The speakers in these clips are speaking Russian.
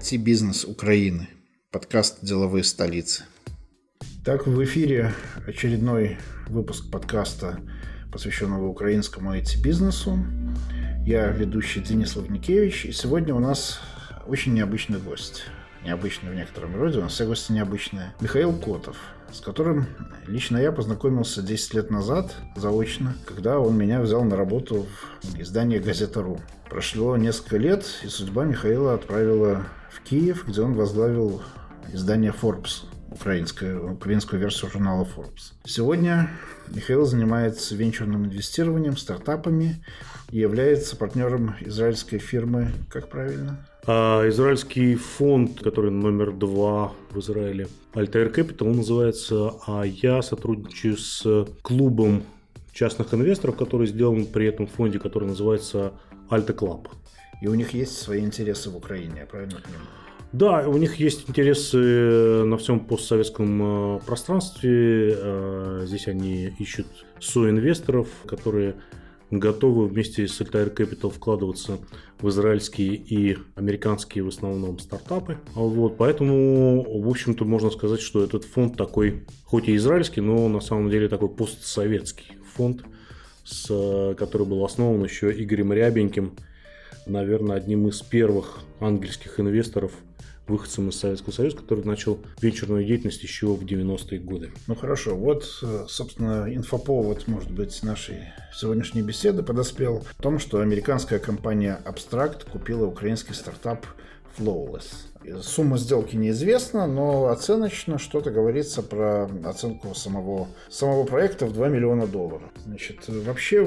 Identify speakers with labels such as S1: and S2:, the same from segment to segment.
S1: IT-бизнес Украины. Подкаст «Деловые столицы». Так, в эфире очередной выпуск подкаста, посвященного украинскому IT-бизнесу. Я ведущий Денис Лавникевич, и сегодня у нас очень необычный гость. Необычный в некотором роде, у нас все гости необычные. Михаил Котов, с которым лично я познакомился 10 лет назад, заочно, когда он меня взял на работу в издание «Газета.ру». Прошло несколько лет, и судьба Михаила отправила в Киев, где он возглавил издание Forbes, украинскую версию журнала Forbes. Сегодня Михаил занимается венчурным инвестированием, стартапами и является партнером израильской фирмы, как правильно?
S2: Израильский фонд, который номер 2 в Израиле, Altair Capital, он называется, а я сотрудничаю с клубом частных инвесторов, который сделан при этом фонде, который называется Alta Club.
S1: И у них есть свои интересы в Украине, я правильно понимаю?
S2: Да, у них есть интересы на всем постсоветском пространстве. Здесь они ищут соинвесторов, которые готовы вместе с Altair Capital вкладываться в израильские и американские в основном стартапы. Поэтому, в общем-то, можно сказать, что этот фонд такой, хоть и израильский, но на самом деле такой постсоветский фонд, который был основан еще Игорем Рябеньким, наверное, одним из первых ангельских инвесторов, выходцем из Советского Союза, который начал венчурную деятельность еще в 90-е годы.
S1: Ну хорошо, вот, собственно, инфоповод, может быть, нашей сегодняшней беседы подоспел в том, что американская компания Abstract купила украинский стартап Flawless. Сумма сделки неизвестна, но оценочно что-то говорится про оценку самого проекта в $2 миллиона. Значит, вообще,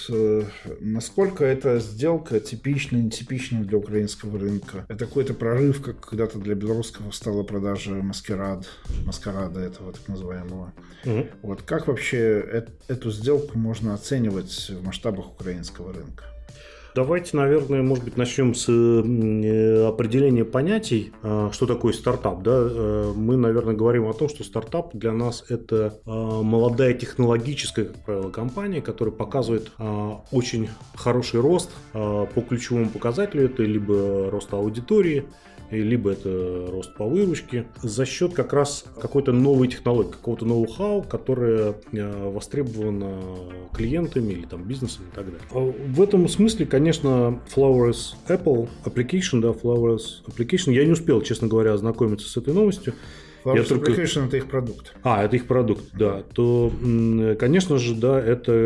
S1: насколько эта сделка типична, нетипична для украинского рынка? Это какой-то прорыв, как когда-то для белорусского стала продажа маскарада этого так называемого. Угу. Как вообще эту сделку можно оценивать в масштабах украинского рынка?
S2: Давайте, наверное, может быть, начнем с определения понятий, что такое стартап. Да? Мы, наверное, говорим о том, что стартап для нас – это молодая технологическая, как правило, компания, которая показывает очень хороший рост по ключевому показателю. Это либо рост аудитории, либо это рост по выручке, за счет как раз какой-то новой технологии, какого-то ноу-хау, которое востребовано клиентами или там, бизнесом и так далее. В этом смысле, конечно, Flawless Apple Application, я не успел, честно говоря, ознакомиться с этой новостью.
S1: Flawless Application – это их продукт.
S2: Это их продукт, да. То, конечно же, да,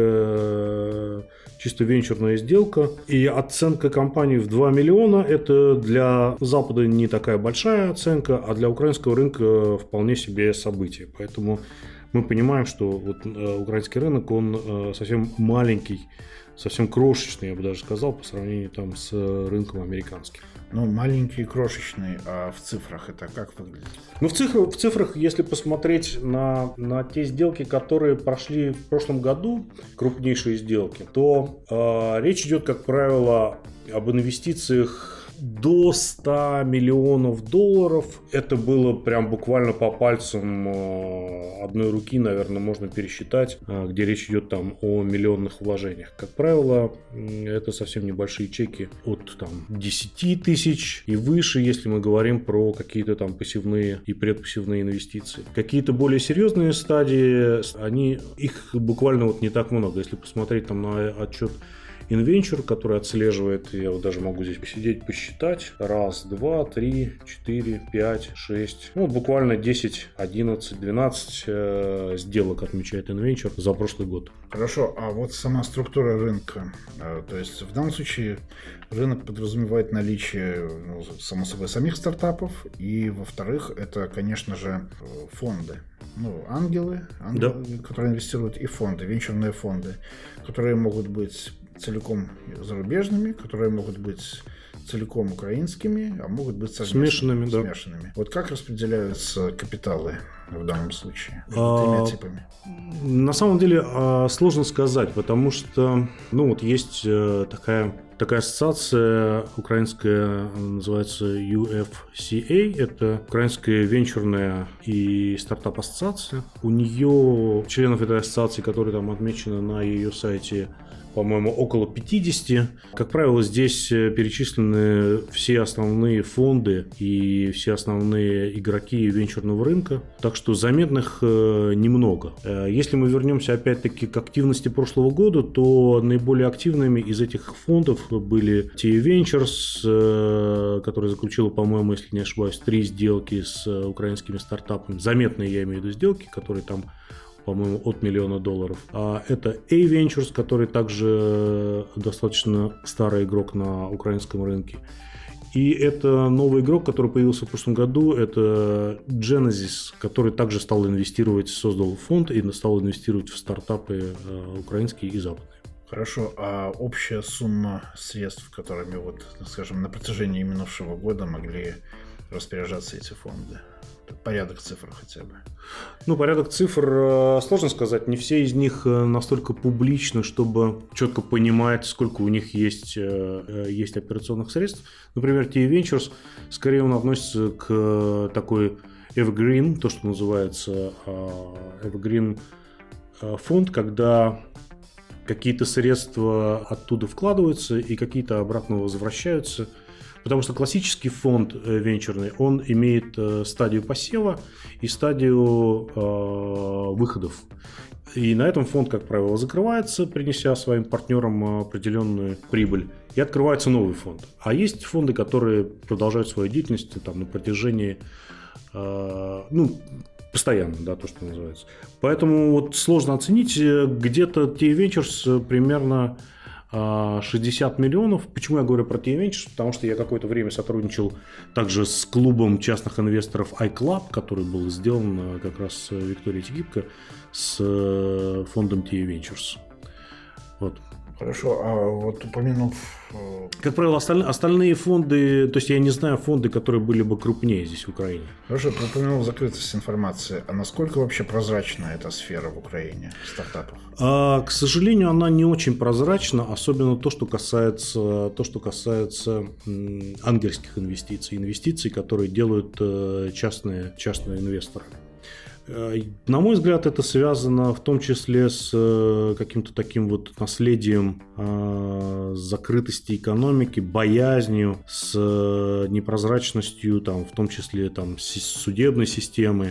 S2: это чисто венчурная сделка. И оценка компании в $2 миллиона – это для Запада не такая большая оценка, а для украинского рынка вполне себе событие. Поэтому мы понимаем, что украинский рынок, он совсем маленький, совсем крошечный, я бы даже сказал, по сравнению там с рынком американским.
S1: Маленький, крошечный, а в цифрах это как выглядит?
S2: В цифрах, если посмотреть на те сделки, которые прошли в прошлом году, крупнейшие сделки, то речь идет, как правило, об инвестициях до $100 миллионов. Это было прям буквально по пальцам одной руки, наверное, можно пересчитать, где речь идет там о миллионных вложениях. Как правило, это совсем небольшие чеки от 10 тысяч и выше, если мы говорим про какие-то там пассивные и предпассивные инвестиции. Какие-то более серьезные стадии, их буквально не так много. Если посмотреть там на отчет InVenture, который отслеживает, я даже могу здесь посидеть, посчитать. 1, 2, 3, 4, 5, 6. Буквально 10, 11, 12 сделок отмечает InVenture за прошлый год.
S1: Хорошо, а сама структура рынка. То есть в данном случае рынок подразумевает наличие, само собой, самих стартапов. И, во-вторых, это, конечно же, фонды. Ангелы, да, которые инвестируют, и фонды, венчурные фонды, которые могут быть целиком зарубежными, которые могут быть целиком украинскими, а могут быть смешанными. Да. Как распределяются капиталы в данном случае между тремя типами?
S2: На самом деле сложно сказать, потому что есть такая ассоциация украинская, называется UFCA, это Украинская венчурная и стартап-ассоциация. У нее членов этой ассоциации, которые там отмечены на ее сайте, по-моему, около 50. Как правило, здесь перечислены все основные фонды и все основные игроки венчурного рынка, так что заметных немного. Если мы вернемся опять-таки к активности прошлого года, то наиболее активными из этих фондов были TA Ventures, которая заключила, по-моему, если не ошибаюсь, 3 сделки с украинскими стартапами. Заметные, я имею в виду, сделки, которые там, по-моему, от $1 миллиона. А это A Ventures, который также достаточно старый игрок на украинском рынке. И это новый игрок, который появился в прошлом году, это Genesis, который также стал инвестировать, создал фонд и стал инвестировать в стартапы украинские и западные.
S1: Хорошо, а общая сумма средств, которыми, вот, скажем, на протяжении минувшего года могли распоряжаться эти фонды? Порядок цифр хотя бы.
S2: Порядок цифр сложно сказать. Не все из них настолько публичны, чтобы четко понимать, сколько у них есть операционных средств. Например, TA Ventures, скорее он относится к такой evergreen, то, что называется evergreen фонд, когда какие-то средства оттуда вкладываются и какие-то обратно возвращаются. Потому что классический фонд венчурный, он имеет стадию посева и стадию выходов. И на этом фонд, как правило, закрывается, принеся своим партнерам определенную прибыль, и открывается новый фонд. А есть фонды, которые продолжают свою деятельность там, на протяжении, постоянно, да, то, что называется. Поэтому вот сложно оценить, где-то TA Ventures примерно 60 миллионов. Почему я говорю про TA Ventures? Потому что я какое-то время сотрудничал также с клубом частных инвесторов iClub, который был сделан как раз Викторией Тегибко с фондом TA Ventures. Вот.
S1: Хорошо, а вот упомянув...
S2: Как правило, остальные фонды, то есть я не знаю фонды, которые были бы крупнее здесь в Украине.
S1: Хорошо, упомянув закрытость информации, а насколько вообще прозрачна эта сфера в Украине стартапов?
S2: К сожалению, она не очень прозрачна, особенно то, что касается ангельских инвестиций, которые делают частные инвесторы. На мой взгляд, это связано в том числе с каким-то таким вот наследием закрытости экономики, боязнью, с непрозрачностью, там, в том числе там, судебной системы,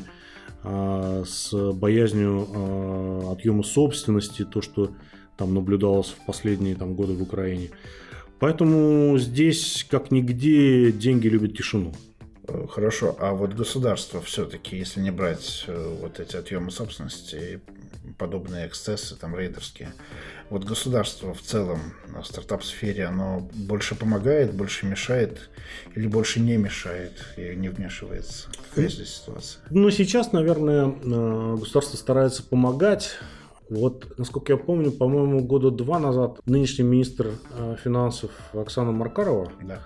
S2: с боязнью отъема собственности, то, что там наблюдалось в последние годы в Украине. Поэтому здесь, как нигде, деньги любят тишину.
S1: Хорошо, а вот государство все-таки, если не брать вот эти отъемы собственности, подобные эксцессы, там, рейдерские, вот государство в целом в стартап-сфере, оно больше помогает, больше мешает или больше не мешает и не вмешивается? Какая здесь ситуация?
S2: Сейчас, наверное, государство старается помогать. Вот, насколько я помню, по-моему, 2 года назад нынешний министр финансов Оксана Маркарова,
S1: да,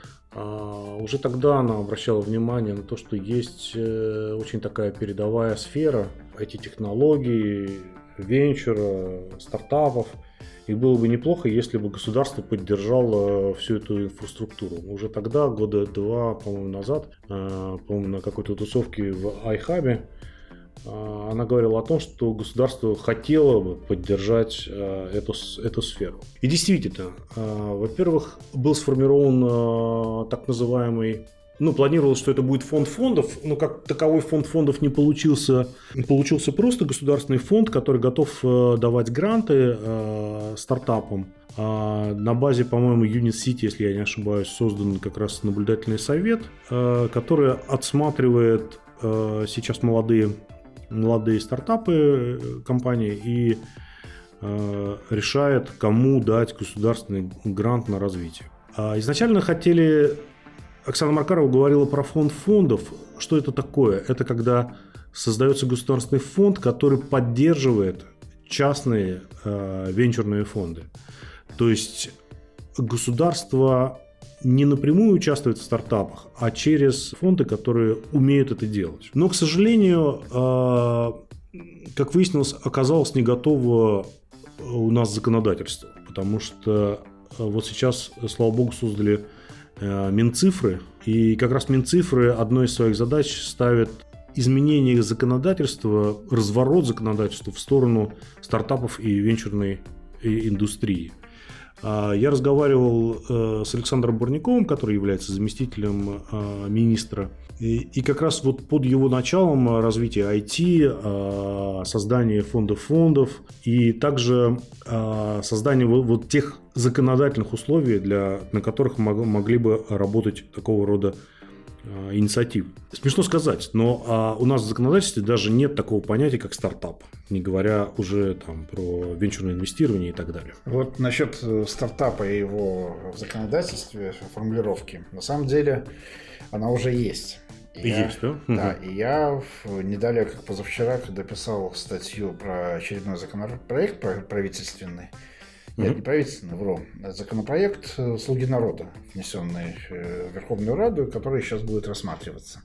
S2: уже тогда она обращала внимание на то, что есть очень такая передовая сфера IT-технологий, венчура, стартапов. И было бы неплохо, если бы государство поддержало всю эту инфраструктуру. Уже тогда, 2 года, по-моему, назад, по-моему, на какой-то тусовке в iHub, она говорила о том, что государство хотело бы поддержать эту сферу. И действительно, во-первых, был сформирован так называемый, планировалось, что это будет фонд фондов, но как таковой фонд фондов не получился. Получился просто государственный фонд, который готов давать гранты стартапам. На базе, по-моему, Unit City, если я не ошибаюсь, создан как раз наблюдательный совет, который отсматривает сейчас молодые стартапы компании и решает, кому дать государственный грант на развитие. Изначально Оксана Маркарова говорила про фонд фондов. Что это такое? Это когда создается государственный фонд, который поддерживает частные венчурные фонды. То есть государство не напрямую участвует в стартапах, а через фонды, которые умеют это делать. Но, к сожалению, как выяснилось, оказалось не готово у нас законодательство, потому что вот сейчас, слава богу, создали Минцифры, и как раз Минцифры одной из своих задач ставит изменение законодательства, разворот законодательства в сторону стартапов и венчурной индустрии. Я разговаривал с Александром Бурняковым, который является заместителем министра. И как раз вот под его началом развитие IT, создание фондов и также создание вот тех законодательных условий, на которых могли бы работать такого рода инициатив. Смешно сказать, но у нас в законодательстве даже нет такого понятия, как стартап, не говоря уже там про венчурное инвестирование и так далее.
S1: Вот насчет стартапа и его в законодательстве, формулировки, на самом деле она уже есть.
S2: Есть, да?
S1: Да, и я не далее, как позавчера, когда писал статью про очередной законопроект правительственный, нет, не правительственный, вру, законопроект «Слуги народа», внесенный в Верховную Раду, который сейчас будет рассматриваться.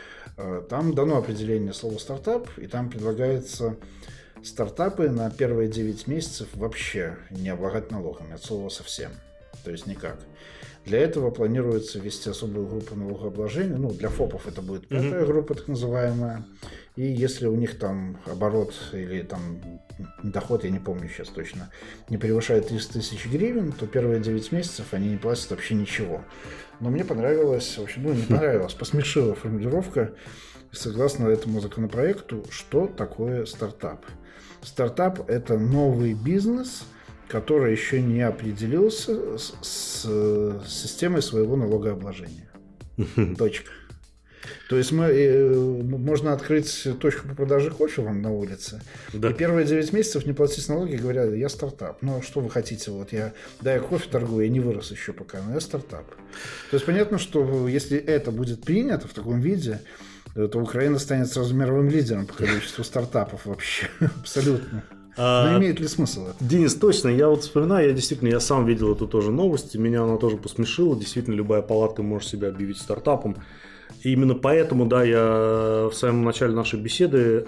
S1: Там дано определение слова «стартап», и там предлагается стартапы на первые 9 месяцев вообще не облагать налогами, от слова совсем, то есть никак. Для этого планируется ввести особую группу налогообложения. Ну, для ФОПов это будет 5-я группа, так называемая. И если у них там оборот или там доход, я не помню сейчас точно, не превышает 300 тысяч гривен, то первые 9 месяцев они не платят вообще ничего. Но мне понравилась, в общем, не понравилась, посмешила формулировка, согласно этому законопроекту, что такое стартап. Стартап – это новый бизнес, который еще не определился с системой своего налогообложения. Точка. То есть можно открыть точку по продаже кофе вам на улице, да. И первые 9 месяцев не платить налоги, говоря, я стартап. Ну, что вы хотите? Вот я кофе торгую, я не вырос еще пока, но я стартап. То есть понятно, что если это будет принято в таком виде, то Украина станет сразу мировым лидером по количеству стартапов вообще. Абсолютно. Но имеет ли смысл это?
S2: Денис, точно. Я вот вспоминаю, я сам видел эту тоже новость, меня она тоже посмешила. Действительно, любая палатка может себя объявить стартапом. И именно поэтому, да, я в самом начале нашей беседы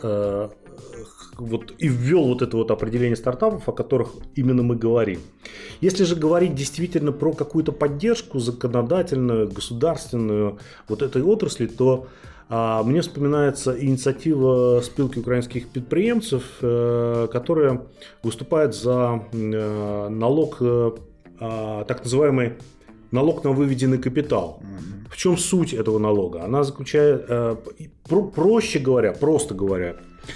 S2: вот и ввел вот это вот определение стартапов, о которых именно мы говорим. Если же говорить действительно про какую-то поддержку законодательную, государственную вот этой отрасли, то мне вспоминается инициатива спілки украинских предприемцев, которая выступает за налог, так называемый налог на выведенный капитал. В чем суть этого налога? Она заключает, просто говоря,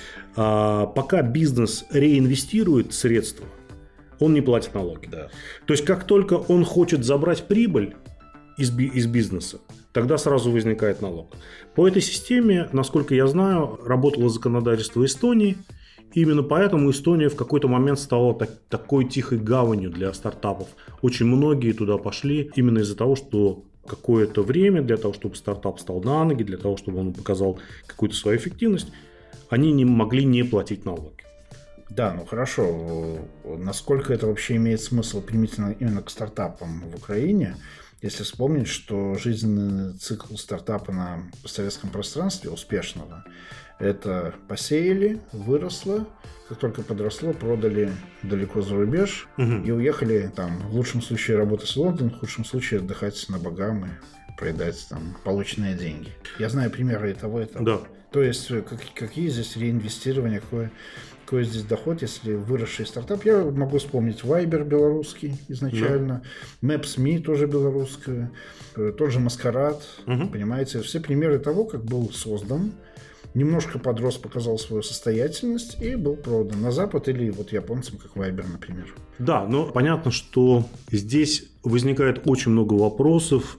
S2: пока бизнес реинвестирует средства, он не платит налоги. Да. То есть, как только он хочет забрать прибыль из бизнеса, тогда сразу возникает налог. По этой системе, насколько я знаю, работало законодательство Эстонии. Именно поэтому Эстония в какой-то момент стала такой тихой гаванью для стартапов. Очень многие туда пошли именно из-за того, что какое-то время для того, чтобы стартап стал на ноги, для того, чтобы он показал какую-то свою эффективность, они не могли не платить налоги.
S1: Да, ну хорошо. Насколько это вообще имеет смысл применительно именно к стартапам в Украине? Если вспомнить, что жизненный цикл стартапа на постсоветском пространстве успешного – это посеяли, выросло, как только подросло, продали далеко за рубеж и уехали там, в лучшем случае работать в Лондон, в худшем случае отдыхать на Багамы, проедать там полученные деньги. Я знаю примеры и того, и того. Да. То есть, какие здесь реинвестирования, какой здесь доход, если выросший стартап. Я могу вспомнить Viber белорусский изначально, Maps.me тоже белорусская, тот же Маскарад, понимаете, все примеры того, как был создан, немножко подрос, показал свою состоятельность и был продан на Запад или вот японцам, как Viber, например.
S2: Да, но понятно, что здесь возникает очень много вопросов.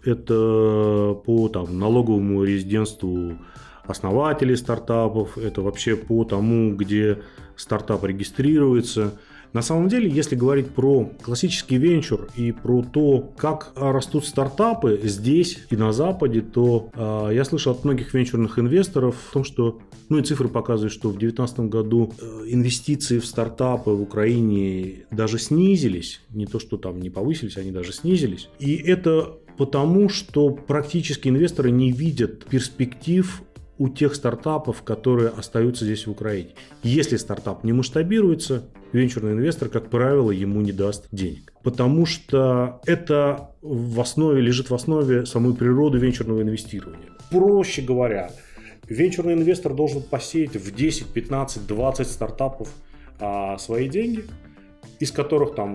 S2: Это по налоговому резидентству основателей стартапов, это вообще по тому, где стартап регистрируется. На самом деле, если говорить про классический венчур и про то, как растут стартапы здесь и на Западе, то я слышал от многих венчурных инвесторов о том, что, и цифры показывают, что в 2019 году инвестиции в стартапы в Украине даже снизились. Не то, что там не повысились, они даже снизились. И это потому, что практически инвесторы не видят перспектив у тех стартапов, которые остаются здесь в Украине. Если стартап не масштабируется, венчурный инвестор, как правило, ему не даст денег. Потому что это лежит в основе самой природы венчурного инвестирования. Проще говоря, венчурный инвестор должен посеять в 10, 15, 20 стартапов свои деньги из которых там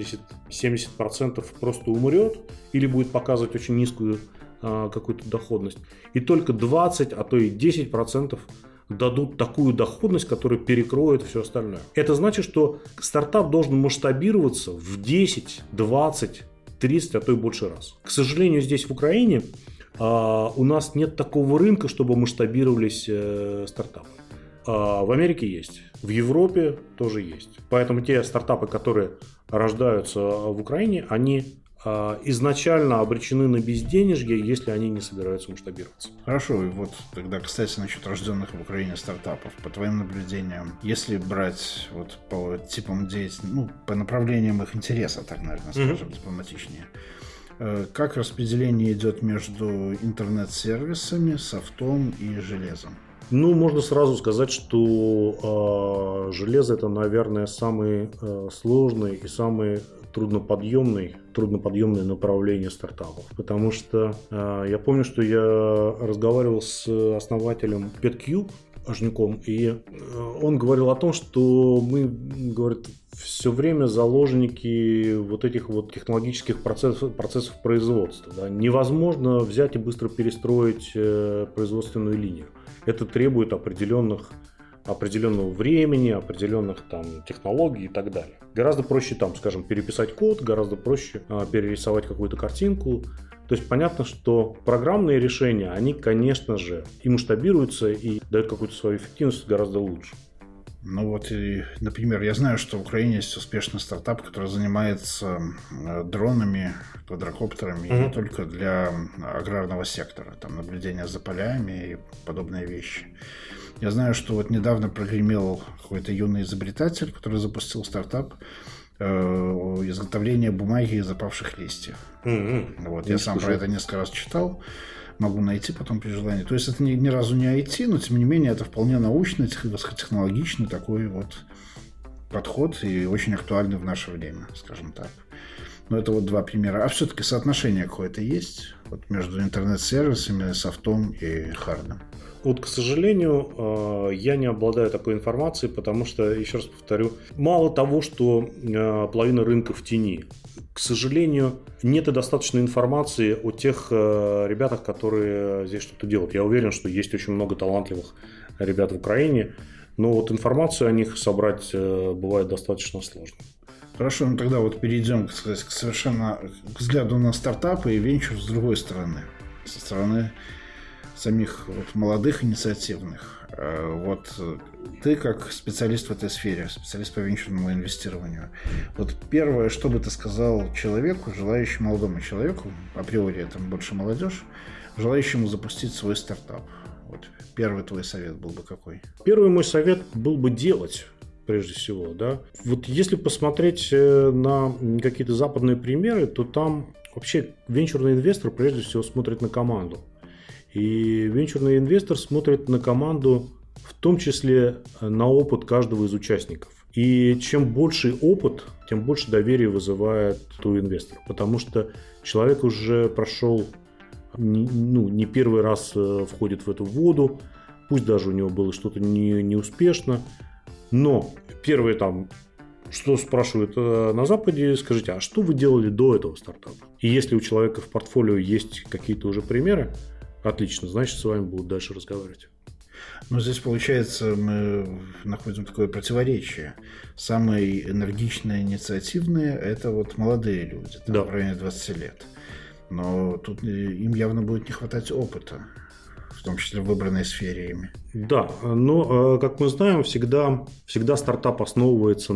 S2: 80-70% просто умрет или будет показывать очень низкую какую-то доходность. И только 20, а то и 10% дадут такую доходность, которая перекроет все остальное. Это значит, что стартап должен масштабироваться в 10, 20, 30, а то и больше раз. К сожалению, здесь в Украине у нас нет такого рынка, чтобы масштабировались стартапы. В Америке есть, в Европе тоже есть. Поэтому те стартапы, которые рождаются в Украине, они изначально обречены на безденежье, если они не собираются масштабироваться.
S1: Хорошо, и вот тогда, кстати, насчет рожденных в Украине стартапов, по твоим наблюдениям, если брать вот по типам деятельности, по направлениям их интереса, так, наверное, скажем, дипломатичнее, как распределение идет между интернет-сервисами, софтом и железом?
S2: Можно сразу сказать, что железо – это, наверное, самый сложный и самый трудноподъемное направление стартапов. Потому что я помню, что я разговаривал с основателем PetCube, Ажнюком, и он говорил о том, что мы, говорит, все время заложники вот этих вот технологических процессов производства. Да. Невозможно взять и быстро перестроить производственную линию. Это требует определенного времени, определенных технологий и так далее. Гораздо проще скажем, переписать код, гораздо проще перерисовать какую-то картинку. То есть понятно, что программные решения, они, конечно же, и масштабируются, и дают какую-то свою эффективность гораздо лучше.
S1: Например, я знаю, что в Украине есть успешный стартап, который занимается дронами, квадрокоптерами, не только для аграрного сектора, наблюдение за полями и подобные вещи. Я знаю, что вот недавно прогремел какой-то юный изобретатель, который запустил стартап изготовления бумаги из опавших листьев. Я сам про это несколько раз читал. Могу найти потом при желании. То есть это ни разу не IT, но тем не менее это вполне научный, высокотехнологичный такой вот подход и очень актуальный в наше время, скажем так. Но это вот два примера. А все-таки соотношение какое-то есть между интернет-сервисами, софтом и хардом?
S2: К сожалению, я не обладаю такой информацией, потому что, еще раз повторю, мало того, что половина рынка в тени. К сожалению, нет и достаточно информации о тех ребятах, которые здесь что-то делают. Я уверен, что есть очень много талантливых ребят в Украине, но информацию о них собрать бывает достаточно сложно.
S1: Хорошо, тогда перейдем к взгляду на стартапы и венчур с другой стороны. Со стороны самих молодых инициативных. Ты как специалист в этой сфере, специалист по венчурному инвестированию. Первое, что бы ты сказал человеку, молодому человеку, априори это больше молодежь, желающему запустить свой стартап? Первый твой совет был бы какой?
S2: Первый мой совет был бы делать. Прежде всего, да. Если посмотреть на какие-то западные примеры, то там вообще венчурный инвестор прежде всего смотрит на команду. И венчурный инвестор смотрит на команду, в том числе на опыт каждого из участников. И чем больше опыт, тем больше доверия вызывает у инвестора. Потому что человек уже прошел, не первый раз входит в эту воду, пусть даже у него было что-то неуспешно. Но первые что спрашивают на Западе, скажите, а что вы делали до этого стартапа? И если у человека в портфолио есть какие-то уже примеры, отлично, значит, с вами будут дальше разговаривать.
S1: Здесь, получается, мы находим такое противоречие. Самые энергичные, инициативные – это молодые люди, в районе 20 лет. Но тут им явно будет не хватать опыта, в том числе в выбранной сфере ими.
S2: Да, но, как мы знаем, всегда стартап основывается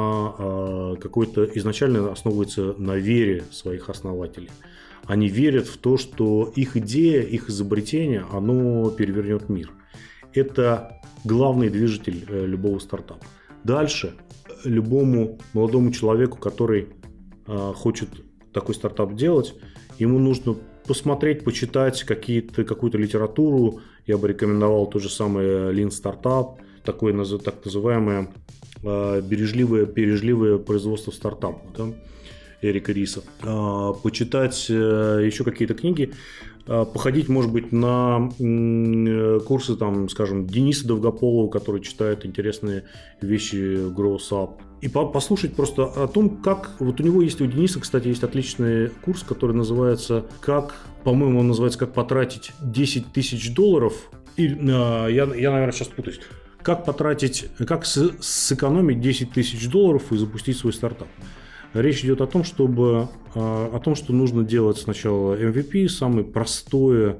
S2: изначально основывается на вере своих основателей. Они верят в то, что их идея, их изобретение, оно перевернет мир. Это главный движитель любого стартапа. Дальше любому молодому человеку, который хочет такой стартап делать, ему нужно посмотреть, почитать какую-то литературу. Я бы рекомендовал то же самое Lean Startup, такое так называемое бережливое производство стартапов. Да? Эрика Риса, почитать еще какие-то книги, походить, может быть, на курсы, там, скажем, Дениса Довгополова, который читает интересные вещи Growth Up, и послушать просто о том, как... Вот у него есть, у Дениса, кстати, есть отличный курс, который называется по-моему, он называется «Как потратить 10 тысяч долларов». И, я, наверное, сейчас путаюсь. Как сэкономить 10 тысяч долларов и запустить свой стартап. Речь идет о том, что нужно делать сначала MVP, самое простое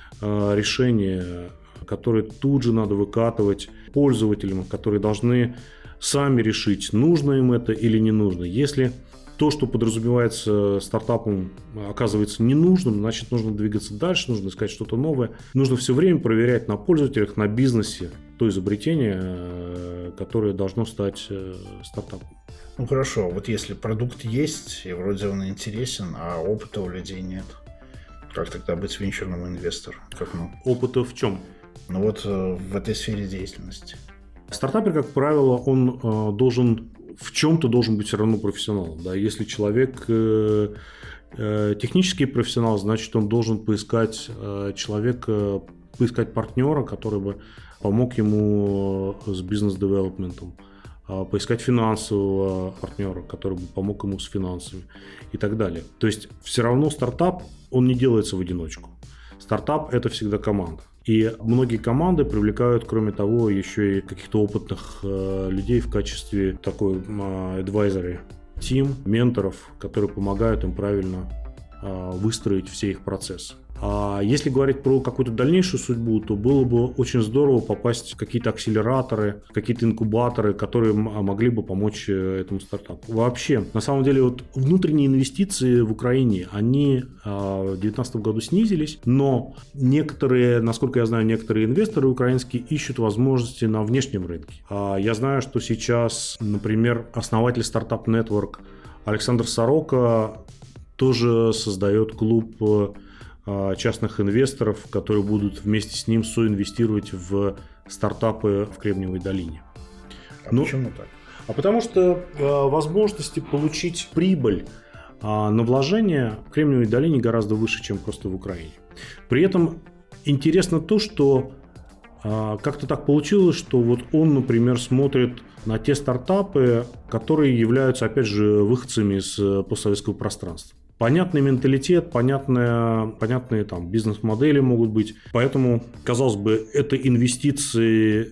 S2: решение, которое тут же надо выкатывать пользователям, которые должны сами решить, нужно им это или не нужно. Если то, что подразумевается стартапом, оказывается ненужным, значит, нужно двигаться дальше, нужно искать что-то новое. Нужно все время проверять на пользователях, на бизнесе то изобретение, которое должно стать стартапом.
S1: Ну хорошо, вот если продукт есть, и вроде он интересен, а опыта у людей нет, как тогда быть венчурным инвестором?
S2: Опыта в чем?
S1: Ну вот в этой сфере деятельности.
S2: Стартапер, как правило, он в чем-то должен быть все равно профессионалом. Да? Если человек технический профессионал, значит, он должен поискать партнера, который бы помог ему с бизнес-девелопментом, поискать финансового партнера, который бы помог ему с финансами и так далее. То есть все равно стартап, он не делается в одиночку. Стартап – это всегда команда. И многие команды привлекают, кроме того, еще и каких-то опытных людей в качестве такой advisory team, менторов, которые помогают им правильно выстроить все их процессы. А если говорить про какую-то дальнейшую судьбу, то было бы очень здорово попасть в какие-то акселераторы, какие-то инкубаторы, которые могли бы помочь этому стартапу. Вообще, на самом деле, вот внутренние инвестиции в Украине, они в 2019 году снизились, но некоторые, насколько я знаю, некоторые инвесторы украинские ищут возможности на внешнем рынке. Я знаю, что сейчас, например, основатель Startup Network Александр Сорока тоже создает клуб частных инвесторов, которые будут вместе с ним соинвестировать в стартапы в Кремниевой долине.
S1: Почему так?
S2: Потому что возможности получить прибыль на вложение в Кремниевой долине гораздо выше, чем просто в Украине. При этом интересно то, что как-то так получилось, что вот он, например, смотрит на те стартапы, которые являются, опять же, выходцами из постсоветского пространства. Понятный менталитет, понятные там бизнес-модели могут быть. Поэтому, казалось бы, это инвестиции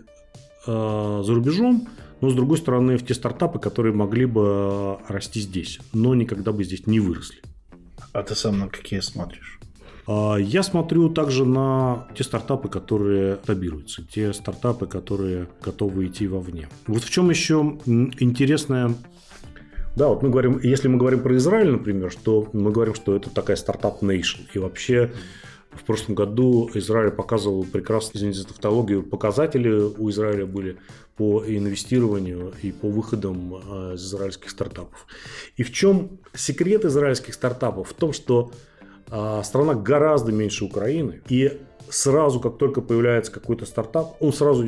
S2: за рубежом, но, с другой стороны, в те стартапы, которые могли бы расти здесь, но никогда бы здесь не выросли.
S1: А ты сам на какие смотришь?
S2: Я смотрю также на те стартапы, которые масштабируются, те стартапы, которые готовы идти вовне. Вот в чем еще интересная... Да, вот если мы говорим про Израиль, например, то мы говорим, что это такая стартап-нейшн. И вообще в прошлом году Израиль показывал прекрасно, извините за тавтологию, показатели у Израиля были по инвестированию и по выходам из израильских стартапов. И в чем секрет израильских стартапов? В том, что страна гораздо меньше Украины, и сразу, как только появляется какой-то стартап, он сразу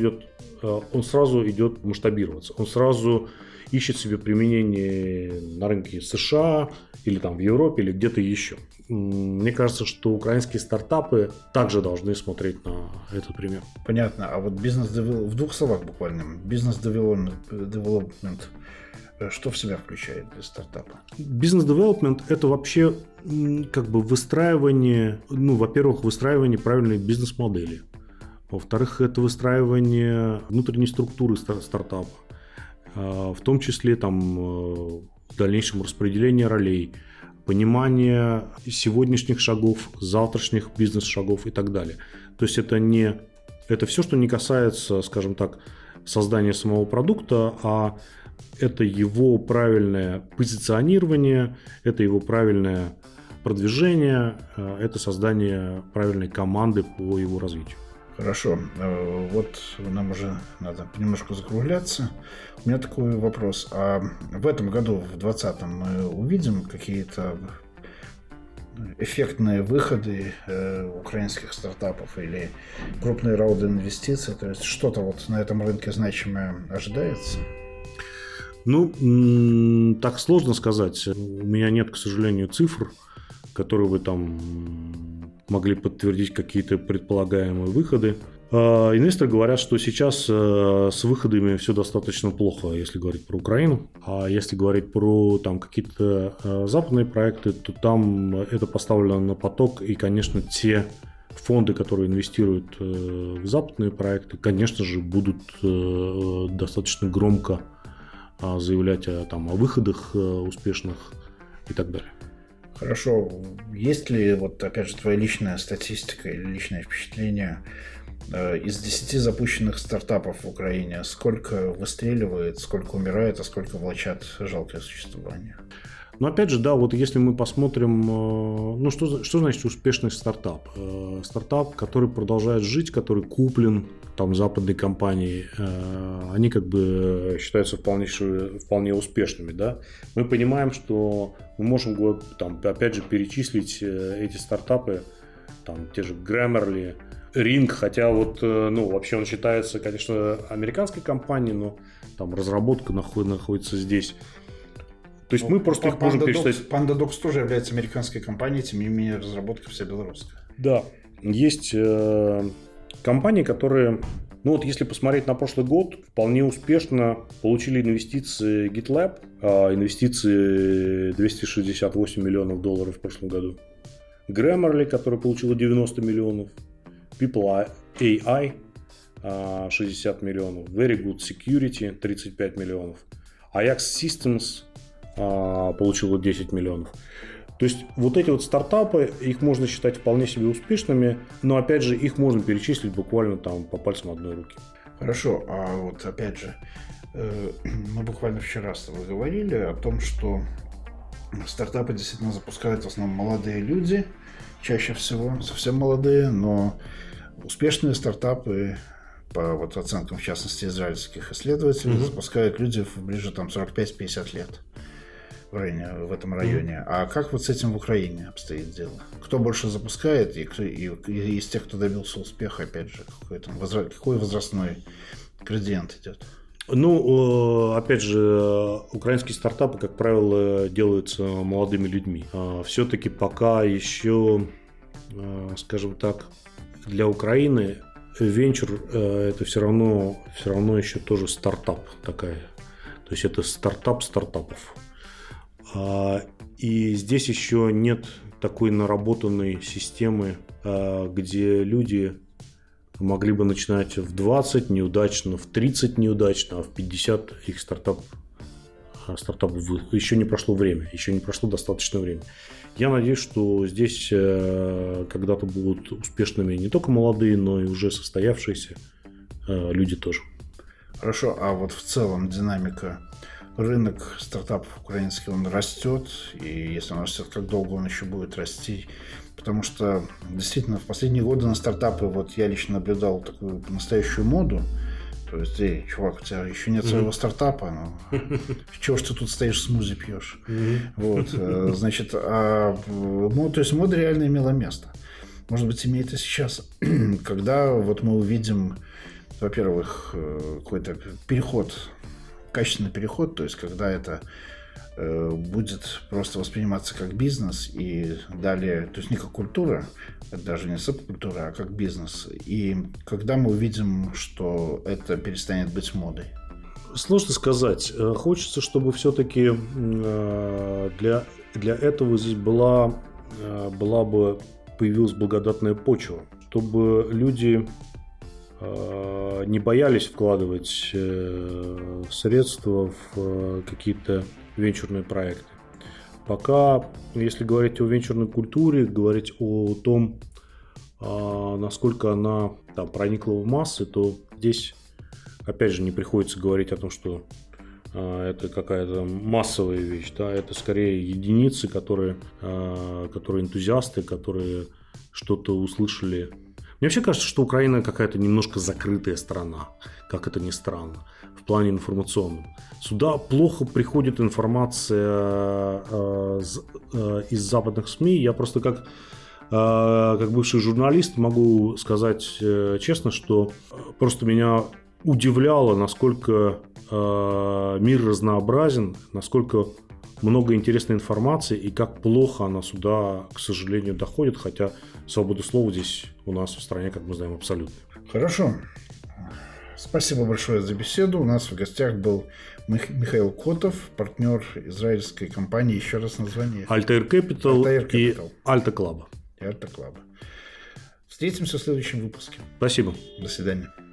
S2: идет масштабироваться, он сразу ищет себе применение на рынке США или там в Европе или где-то еще. Мне кажется, что украинские стартапы также должны смотреть на этот пример.
S1: Понятно. А вот в двух словах буквально. Бизнес-девелопмент что в себя включает для стартапа?
S2: Бизнес-девелопмент – это вообще как бы выстраивание, во-первых, выстраивание правильной бизнес-модели. Во-вторых, это выстраивание внутренней структуры стартапа. В том числе в дальнейшем распределение ролей, понимание сегодняшних шагов, завтрашних бизнес-шагов и так далее. То есть это все, что не касается, скажем так, создания самого продукта, а это его правильное позиционирование, это его правильное продвижение, это создание правильной команды по его развитию.
S1: Хорошо, вот нам уже надо немножко закругляться. У меня такой вопрос. А в этом году, в 2020, мы увидим какие-то эффектные выходы украинских стартапов или крупные раунды инвестиций? То есть что-то вот на этом рынке значимое ожидается?
S2: Так сложно сказать. У меня нет, к сожалению, цифр, которые бы там могли подтвердить какие-то предполагаемые выходы. Инвесторы говорят, что сейчас с выходами все достаточно плохо, если говорить про Украину. А если говорить про там какие-то западные проекты, то там это поставлено на поток. И, конечно, те фонды, которые инвестируют в западные проекты, конечно же, будут достаточно громко заявлять о выходах успешных и так далее.
S1: Хорошо. Есть ли, опять же, твоя личная статистика или личное впечатление из 10 запущенных стартапов в Украине? Сколько выстреливает, сколько умирает, а сколько влачат жалкое существование?
S2: Опять же, да, если мы посмотрим, что значит успешный стартап? Стартап, который продолжает жить, который куплен западной компанией, они считаются вполне успешными, да? Мы понимаем, что мы можем, опять же, перечислить эти стартапы, те же Grammarly, Ring, хотя вообще он считается, конечно, американской компанией, но разработка находится здесь. То есть мы просто их можем перечислять.
S1: PandaDocs тоже является американской компанией, тем не менее разработка вся белорусская.
S2: Да, есть компании, которые, если посмотреть на прошлый год, вполне успешно получили инвестиции GitLab, инвестиции $268 миллионов в прошлом году. Grammarly, которая получила 90 миллионов. People AI 60 миллионов. Very Good Security 35 миллионов. Ajax Systems получила 10 миллионов. То есть эти стартапы, их можно считать вполне себе успешными, но опять же их можно перечислить буквально по пальцам одной руки.
S1: Хорошо, а опять же, мы буквально вчера с тобой говорили о том, что стартапы действительно запускают в основном молодые люди, чаще всего совсем молодые, но успешные стартапы, по оценкам, в частности, израильских исследователей, запускают люди ближе 45-50 лет в этом районе. А как с этим в Украине обстоит дело? Кто больше запускает, и из тех, кто добился успеха, опять же, какой возрастной градиент идет?
S2: Опять же, украинские стартапы, как правило, делаются молодыми людьми. Все-таки пока еще, скажем так, для Украины венчур это все равно еще тоже стартап такая. То есть это стартап стартапов. И здесь еще нет такой наработанной системы, где люди могли бы начинать в 20 неудачно, в 30 неудачно, а в 50 их стартап еще не прошло время, еще не прошло достаточно времени. Я надеюсь, что здесь когда-то будут успешными не только молодые, но и уже состоявшиеся люди тоже.
S1: Хорошо, а в целом динамика, рынок стартапов украинский, он растет, и если он растет, как долго он еще будет расти? Потому что действительно в последние годы на стартапы я лично наблюдал такую настоящую моду. То есть, чувак, у тебя еще нет своего стартапа, чего ж ты тут стоишь, смузи пьешь? Значит, то есть мода реально имела место. Может быть, имеет и сейчас. Когда мы увидим, во-первых, какой-то переход, качественный переход, то есть, когда это будет просто восприниматься как бизнес и далее, то есть не как культура, это даже не субкультура, а как бизнес. И когда мы увидим, что это перестанет быть модой?
S2: Сложно сказать. Хочется, чтобы все-таки для этого здесь появилась благодатная почва, чтобы люди не боялись вкладывать средства в какие-то венчурные проекты. Пока, если говорить о венчурной культуре, говорить о том, насколько она проникла в массы, то здесь, опять же, не приходится говорить о том, что это какая-то массовая вещь. Да? Это скорее единицы, которые энтузиасты, которые что-то услышали. Мне вообще кажется, что Украина какая-то немножко закрытая страна, как это ни странно, в плане информационном. Сюда плохо приходит информация из западных СМИ. Я просто как бывший журналист могу сказать честно, что просто меня удивляло, насколько мир разнообразен, насколько много интересной информации и как плохо она сюда, к сожалению, доходит, хотя свобода слова здесь у нас в стране, как мы знаем, абсолютная.
S1: Хорошо. Спасибо большое за беседу. У нас в гостях был Михаил Котов, партнер израильской компании, еще раз название.
S2: Altair Capital и Alta Club.
S1: Встретимся в следующем выпуске.
S2: Спасибо.
S1: До свидания.